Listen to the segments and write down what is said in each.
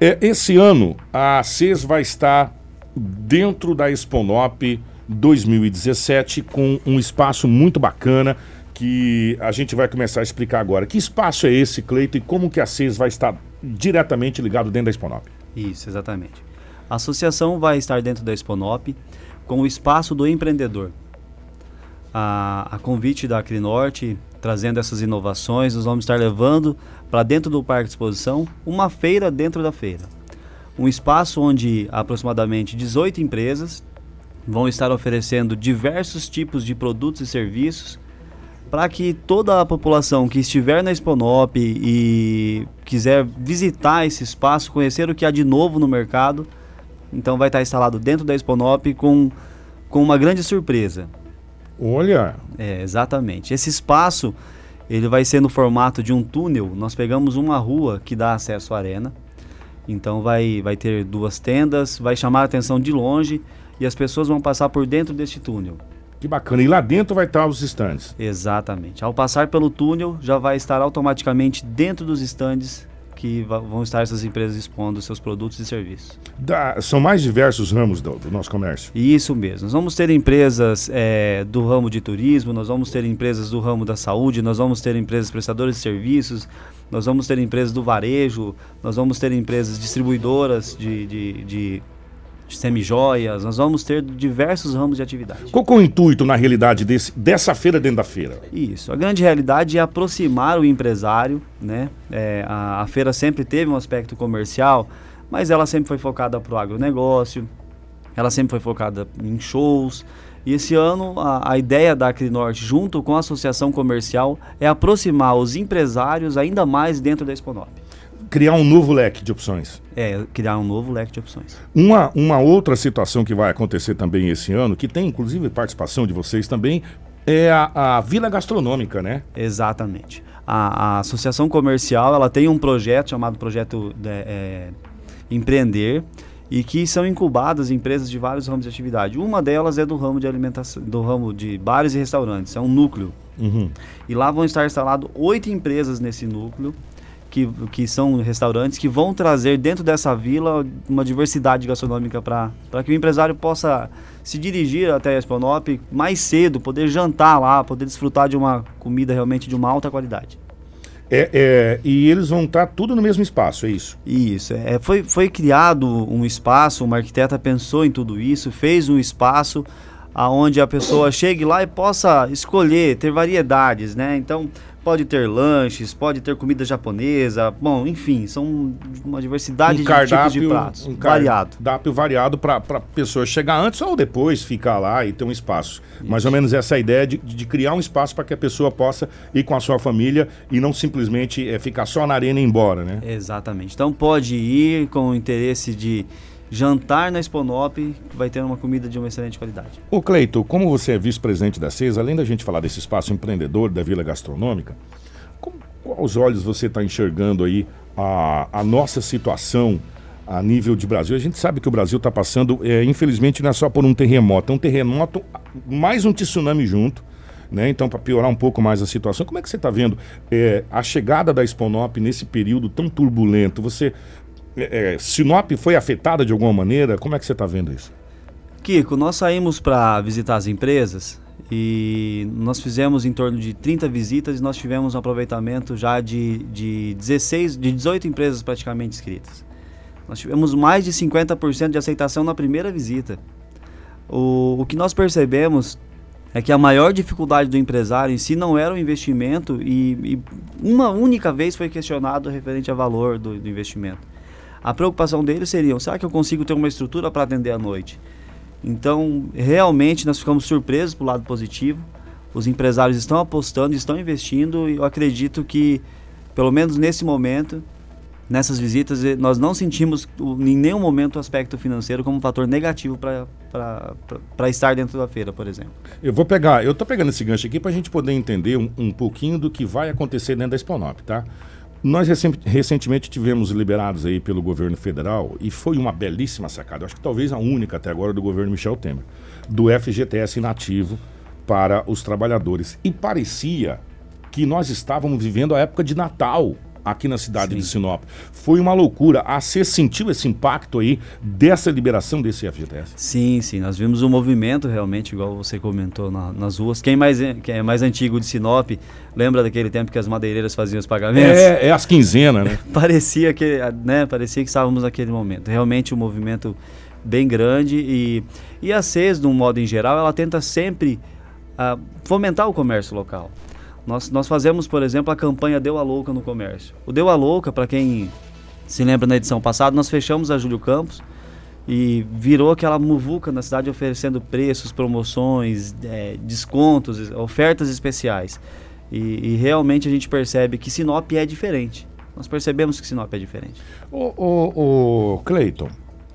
Esse ano, a CES vai estar dentro da Exponop 2017 com um espaço muito bacana que a gente vai começar a explicar agora. Que espaço é esse, Cleito, e como que a CES vai estar diretamente ligado dentro da Exponop? Isso, exatamente. A associação vai estar dentro da Exponop com o espaço do empreendedor. A convite da Acrinorte, trazendo essas inovações, nós vamos estar levando para dentro do Parque de Exposição uma feira dentro da feira. Um espaço onde aproximadamente 18 empresas vão estar oferecendo diversos tipos de produtos e serviços para que toda a população que estiver na Exponop e quiser visitar esse espaço, conhecer o que há de novo no mercado, então vai estar instalado dentro da Exponop com uma grande surpresa. Olha! Exatamente. Esse espaço ele vai ser no formato de um túnel. Nós pegamos uma rua que dá acesso à arena. Então vai ter 2 tendas, vai chamar a atenção de longe e as pessoas vão passar por dentro deste túnel. Que bacana. E lá dentro vai estar os estandes. Exatamente. Ao passar pelo túnel, já vai estar automaticamente dentro dos estandes que vão estar essas empresas expondo seus produtos e serviços. São mais diversos ramos do nosso comércio. Isso mesmo. Nós vamos ter empresas do ramo de turismo, nós vamos ter empresas do ramo da saúde, nós vamos ter empresas prestadoras de serviços, nós vamos ter empresas do varejo, nós vamos ter empresas distribuidoras de semijoias, nós vamos ter diversos ramos de atividade. Qual que é o intuito, na realidade, dessa feira dentro da feira? Isso, a grande realidade é aproximar o empresário, né? A feira sempre teve um aspecto comercial, mas ela sempre foi focada para o agronegócio, ela sempre foi focada em shows, e esse ano a ideia da Acrinorte, junto com a associação comercial, é aproximar os empresários ainda mais dentro da Exponop. Criar um novo leque de opções. Criar um novo leque de opções. Uma outra situação que vai acontecer também esse ano, que tem inclusive participação de vocês também, é a Vila Gastronômica, né? Exatamente. A associação comercial, ela tem um projeto chamado Projeto Empreender, e que são incubadas empresas de vários ramos de atividade. Uma delas é do ramo de alimentação, do ramo de bares e restaurantes, é um núcleo. Uhum. E lá vão estar instaladas 8 empresas nesse núcleo, que são restaurantes que vão trazer dentro dessa vila uma diversidade gastronômica para que o empresário possa se dirigir até a Exponop mais cedo, poder jantar lá, poder desfrutar de uma comida realmente de uma alta qualidade. E eles vão estar tudo no mesmo espaço, é isso? Isso. Foi criado um espaço, uma arquiteta pensou em tudo isso, fez um espaço onde a pessoa chegue lá e possa escolher, ter variedades, né? Então, pode ter lanches, pode ter comida japonesa, bom, enfim, são uma diversidade de tipos de pratos. Cardápio variado para a pessoa chegar antes ou depois, ficar lá e ter um espaço. Isso. Mais ou menos essa ideia de criar um espaço para que a pessoa possa ir com a sua família e não simplesmente ficar só na arena e ir embora, né? Exatamente. Então pode ir com o interesse de jantar na Exponop, que vai ter uma comida de uma excelente qualidade. Ô Cleito, como você é vice-presidente da CES, além da gente falar desse espaço empreendedor da Vila Gastronômica, quais olhos você está enxergando aí a nossa situação a nível de Brasil? A gente sabe que o Brasil está passando, infelizmente, não é só por um terremoto, mais um tsunami junto, né? Então, para piorar um pouco mais a situação, como é que você está vendo a chegada da Exponop nesse período tão turbulento? Sinop foi afetada de alguma maneira? Como é que você está vendo isso? Kiko, nós saímos para visitar as empresas e nós fizemos em torno de 30 visitas e nós tivemos um aproveitamento já de 18 empresas praticamente inscritas. Nós tivemos mais de 50% de aceitação na primeira visita. O que nós percebemos é que a maior dificuldade do empresário em si não era o investimento e uma única vez foi questionado referente ao valor do investimento. A preocupação deles seria, será que eu consigo ter uma estrutura para atender à noite? Então, realmente, nós ficamos surpresos pelo lado positivo. Os empresários estão apostando, estão investindo e eu acredito que, pelo menos nesse momento, nessas visitas, nós não sentimos em nenhum momento o aspecto financeiro como um fator negativo para estar dentro da feira, por exemplo. Eu estou pegando esse gancho aqui para a gente poder entender um pouquinho do que vai acontecer dentro da Exponop, tá? Nós recentemente tivemos liberados aí pelo governo federal, e foi uma belíssima sacada, acho que talvez a única até agora do governo Michel Temer, do FGTS inativo para os trabalhadores. E parecia que nós estávamos vivendo a época de Natal, aqui na cidade Sim. de Sinop. Foi uma loucura. Você sentiu esse impacto aí dessa liberação desse FGTS? Sim, nós vimos um movimento realmente, igual você comentou nas ruas. Quem é mais antigo de Sinop, lembra daquele tempo que as madeireiras faziam os pagamentos? É as quinzenas, né? Parecia que estávamos naquele momento. Realmente um movimento bem grande e a CES, de um modo em geral, ela tenta sempre fomentar o comércio local. Nós fazemos, por exemplo, a campanha Deu a Louca no comércio. O Deu a Louca, para quem se lembra, na edição passada, nós fechamos a Júlio Campos e virou aquela muvuca na cidade oferecendo preços, promoções, descontos, ofertas especiais. E realmente a gente percebe que Sinop é diferente. Nós percebemos que Sinop é diferente. Ô Cleiton,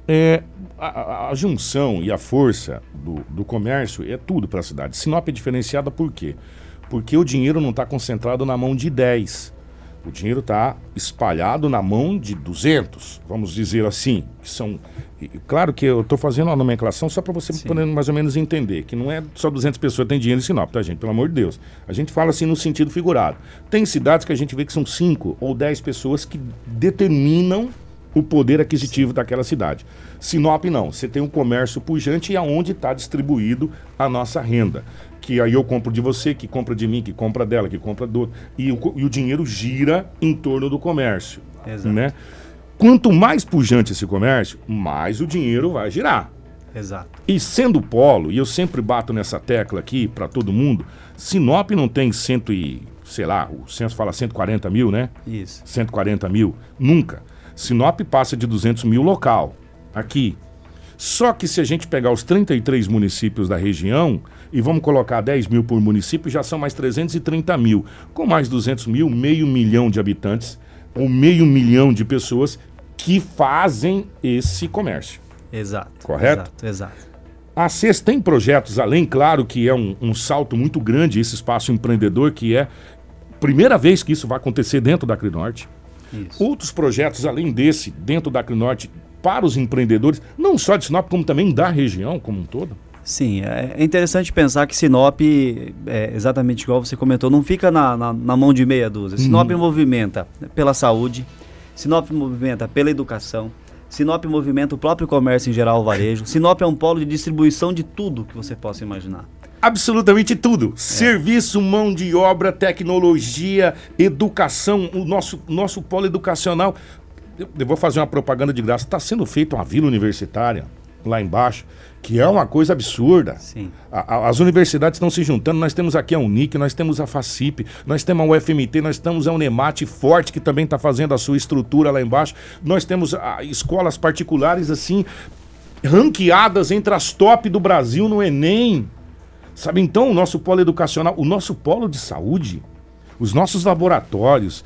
a junção e a força do comércio é tudo para a cidade. Sinop é diferenciada por quê? Porque o dinheiro não está concentrado na mão de 10. O dinheiro está espalhado na mão de 200, vamos dizer assim. Que são, claro que eu estou fazendo uma nomenclação só para você poder mais ou menos entender, que não é só 200 pessoas que têm dinheiro em Sinop, tá, gente? Pelo amor de Deus. A gente fala assim no sentido figurado. Tem cidades que a gente vê que são 5 ou 10 pessoas que determinam o poder aquisitivo daquela cidade. Sinop não, você tem um comércio pujante e aonde está distribuído a nossa renda. Que aí eu compro de você, que compra de mim, que compra dela, que compra do outro. E o dinheiro gira em torno do comércio. Exato. Né? Quanto mais pujante esse comércio, mais o dinheiro vai girar. Exato. E sendo polo, e eu sempre bato nessa tecla aqui para todo mundo, Sinop não tem o censo fala 140 mil, né? Isso. 140 mil, nunca. Sinop passa de 200 mil local, aqui. Só que se a gente pegar os 33 municípios da região e vamos colocar 10 mil por município, já são mais 330 mil. Com mais 200 mil, 500 mil de habitantes, ou 500 mil de pessoas que fazem esse comércio. Exato. Correto? Exato. A CES tem projetos além, claro que é um salto muito grande esse espaço empreendedor, que é a primeira vez que isso vai acontecer dentro da Acrinorte. Isso. Outros projetos além desse, dentro da Acrinorte, para os empreendedores, não só de Sinop, como também da região como um todo? Sim, é interessante pensar que Sinop, exatamente igual você comentou, não fica na mão de meia dúzia. Sinop movimenta pela saúde, Sinop movimenta pela educação, Sinop movimenta o próprio comércio em geral, o varejo. Sinop é um polo de distribuição de tudo que você possa imaginar. Absolutamente tudo. Serviço, mão de obra, tecnologia, educação, o nosso polo educacional. Eu vou fazer uma propaganda de graça. Está sendo feita uma vila universitária lá embaixo, que é uma coisa absurda. Sim. As universidades estão se juntando. Nós temos aqui a Unic, nós temos a FACIP, nós temos a UFMT, nós temos a Unemate Forte, que também está fazendo a sua estrutura lá embaixo. Nós temos escolas particulares assim, ranqueadas entre as top do Brasil no Enem. Sabe, então, o nosso polo educacional, o nosso polo de saúde, os nossos laboratórios,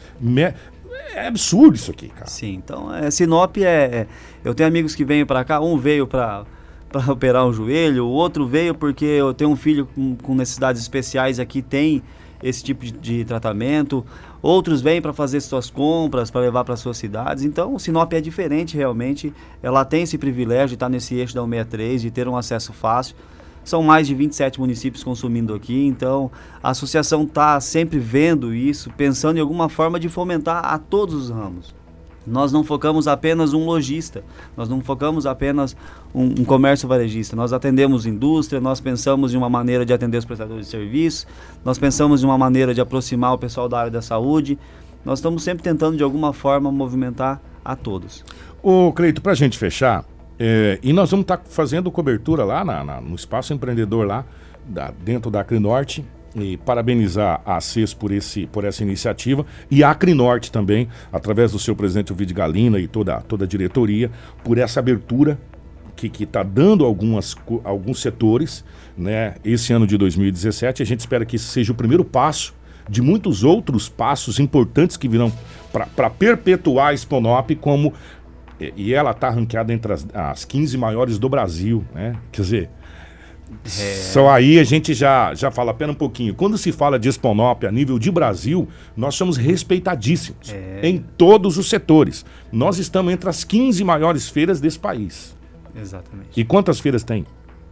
é absurdo isso aqui, cara. Sim, então, Sinop eu tenho amigos que vêm para cá, um veio para operar um joelho, o outro veio porque eu tenho um filho com necessidades especiais aqui, tem esse tipo de tratamento, outros vêm para fazer suas compras, para levar para suas cidades. Então, Sinop é diferente realmente, ela tem esse privilégio de estar nesse eixo da 163, de ter um acesso fácil. São mais de 27 municípios consumindo aqui, então a associação está sempre vendo isso, pensando em alguma forma de fomentar a todos os ramos. Nós não focamos apenas um lojista, nós não focamos apenas um comércio varejista, nós atendemos indústria, nós pensamos em uma maneira de atender os prestadores de serviço, nós pensamos em uma maneira de aproximar o pessoal da área da saúde, nós estamos sempre tentando de alguma forma movimentar a todos. Ô Cleito, para a gente fechar, e nós vamos estar fazendo cobertura lá no Espaço Empreendedor lá, dentro da Acrinorte, e parabenizar a CES por essa iniciativa e a Acrinorte também, através do seu presidente Ovidio Galina e toda a diretoria, por essa abertura que está dando alguns setores, né, esse ano de 2017. A gente espera que esse seja o primeiro passo de muitos outros passos importantes que virão para perpetuar a Exponop como... E ela está ranqueada entre as 15 maiores do Brasil, né? Quer dizer, só aí a gente já fala, pera um pouquinho. Quando se fala de Exponop a nível de Brasil, nós somos respeitadíssimos em todos os setores. Nós estamos entre as 15 maiores feiras desse país. Exatamente. E quantas feiras tem?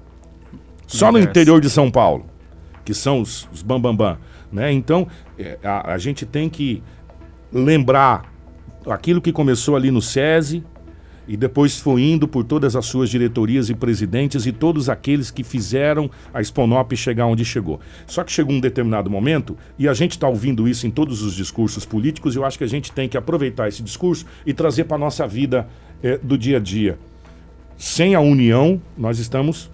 Só no interior de São Paulo, que são os bambambam, né? Então, a gente tem que lembrar aquilo que começou ali no SESI e depois foi indo por todas as suas diretorias e presidentes e todos aqueles que fizeram a Exponop chegar onde chegou. Só que chegou um determinado momento, e a gente está ouvindo isso em todos os discursos políticos, e eu acho que a gente tem que aproveitar esse discurso e trazer para a nossa vida do dia a dia. Sem a união, nós estamos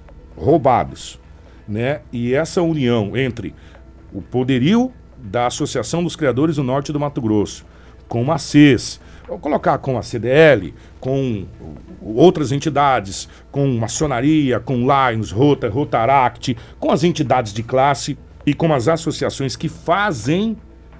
roubados, né? E essa união entre o poderio da Associação dos Criadores do Norte do Mato Grosso, com a CES, vou colocar com a CDL, com outras entidades, com maçonaria, com Lions, Rotaract, com as entidades de classe e com as associações que fazem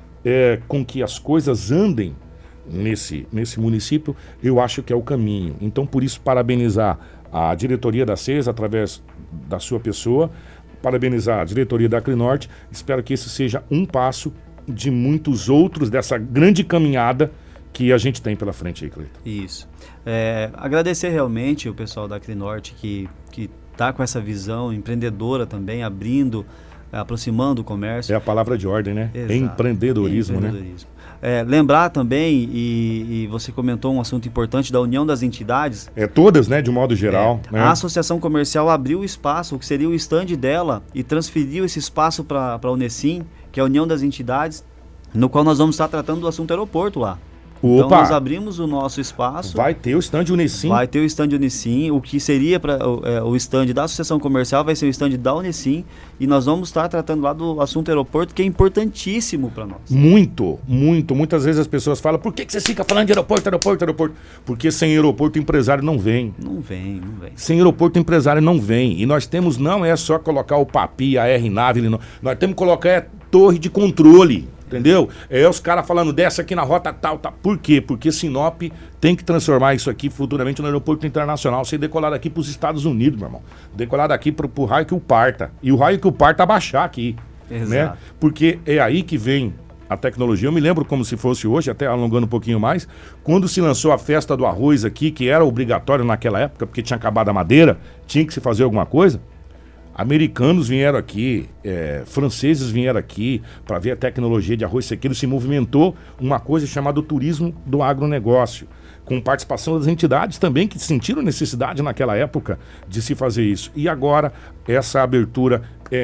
com que as coisas andem nesse município, eu acho que é o caminho. Então, por isso, parabenizar a diretoria da CES através da sua pessoa, parabenizar a diretoria da Acrinorte. Espero que esse seja um passo de muitos outros dessa grande caminhada que a gente tem pela frente aí, Cleiton. Isso. Agradecer realmente o pessoal da Acrinorte que está com essa visão empreendedora também, aproximando o comércio. É a palavra de ordem, né? Exato. Empreendedorismo, né? Lembrar também, e você comentou um assunto importante da união das entidades. Todas, né? De modo geral. Né? A Associação Comercial abriu o espaço, o que seria o stand dela, e transferiu esse espaço para a Unesim, que é a união das entidades, no qual nós vamos estar tratando do assunto aeroporto lá. Então nós abrimos o nosso espaço. Vai ter o stand Unesim. Vai ter o stand Unesim. O que seria o stand da Associação Comercial vai ser o stand da Unesim. E nós vamos estar tratando lá do assunto aeroporto, que é importantíssimo para nós. Muito, muito. Muitas vezes as pessoas falam, por que você fica falando de aeroporto? Porque sem aeroporto o empresário não vem. Não vem. Sem aeroporto o empresário não vem. E nós temos, não é só colocar o PAPI, a R-Nave, nós temos que colocar torre de controle. Entendeu? Os caras falando dessa aqui na rota tal. Por quê? Porque Sinop tem que transformar isso aqui futuramente no aeroporto internacional, ser decolar daqui para os Estados Unidos, meu irmão. Decolar daqui para o raio que o parta. E o raio que o parta abaixar aqui. Exato. Né? Porque é aí que vem a tecnologia. Eu me lembro como se fosse hoje, até alongando um pouquinho mais, quando se lançou a festa do arroz aqui, que era obrigatório naquela época, porque tinha acabado a madeira, tinha que se fazer alguma coisa. Americanos vieram aqui, franceses vieram aqui para ver a tecnologia de arroz sequeiro. Se movimentou uma coisa chamada turismo do agronegócio, com participação das entidades também que sentiram necessidade naquela época de se fazer isso. E agora essa abertura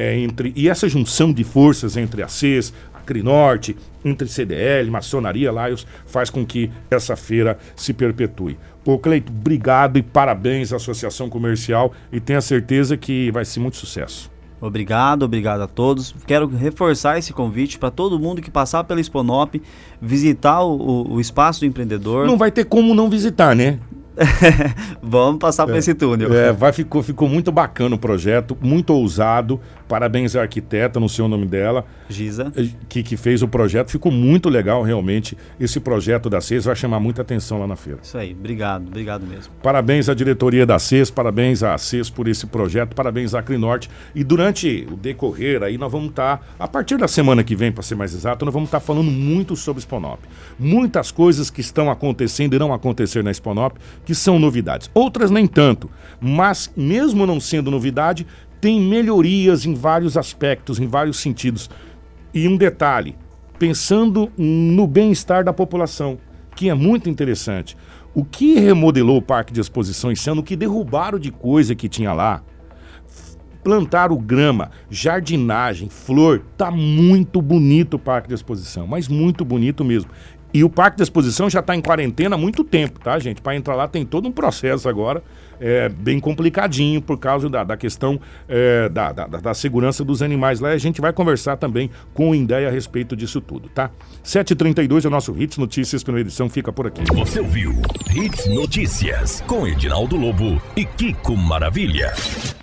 e essa junção de forças entre a CES, a Acrinorte, entre CDL, maçonaria, Lions, faz com que essa feira se perpetue. Ô Cleiton, obrigado e parabéns à Associação Comercial e tenha certeza que vai ser muito sucesso. Obrigado a todos. Quero reforçar esse convite para todo mundo que passar pela Exponop, visitar o espaço do empreendedor. Não vai ter como não visitar, né? Vamos passar por esse túnel. Ficou muito bacana o projeto, muito ousado. Parabéns à arquiteta, não sei o nome dela, Giza, que fez o projeto. Ficou muito legal realmente. Esse projeto da CES vai chamar muita atenção lá na feira. Isso aí, obrigado mesmo. Parabéns à diretoria da CES, parabéns à CES por esse projeto, parabéns à Acrinorte. E durante o decorrer aí nós vamos estar, a partir da semana que vem, para ser mais exato, nós vamos estar falando muito sobre Exponop. Muitas coisas que estão acontecendo e irão acontecer na Exponop, que são novidades. Outras nem tanto, mas mesmo não sendo novidade, tem melhorias em vários aspectos, em vários sentidos. E um detalhe, pensando no bem-estar da população, que é muito interessante. O que remodelou o Parque de Exposição esse ano, o que derrubaram de coisa que tinha lá, plantaram grama, jardinagem, flor, tá muito bonito o Parque de Exposição, mas muito bonito mesmo. E o Parque de Exposição já está em quarentena há muito tempo, tá, gente? Para entrar lá tem todo um processo agora, bem complicadinho por causa da questão da segurança dos animais lá. E a gente vai conversar também com o Indé a respeito disso tudo, tá? 7h32 é o nosso Hits Notícias, primeira edição, fica por aqui. Você ouviu Hits Notícias com Edinaldo Lobo e Kiko Maravilha.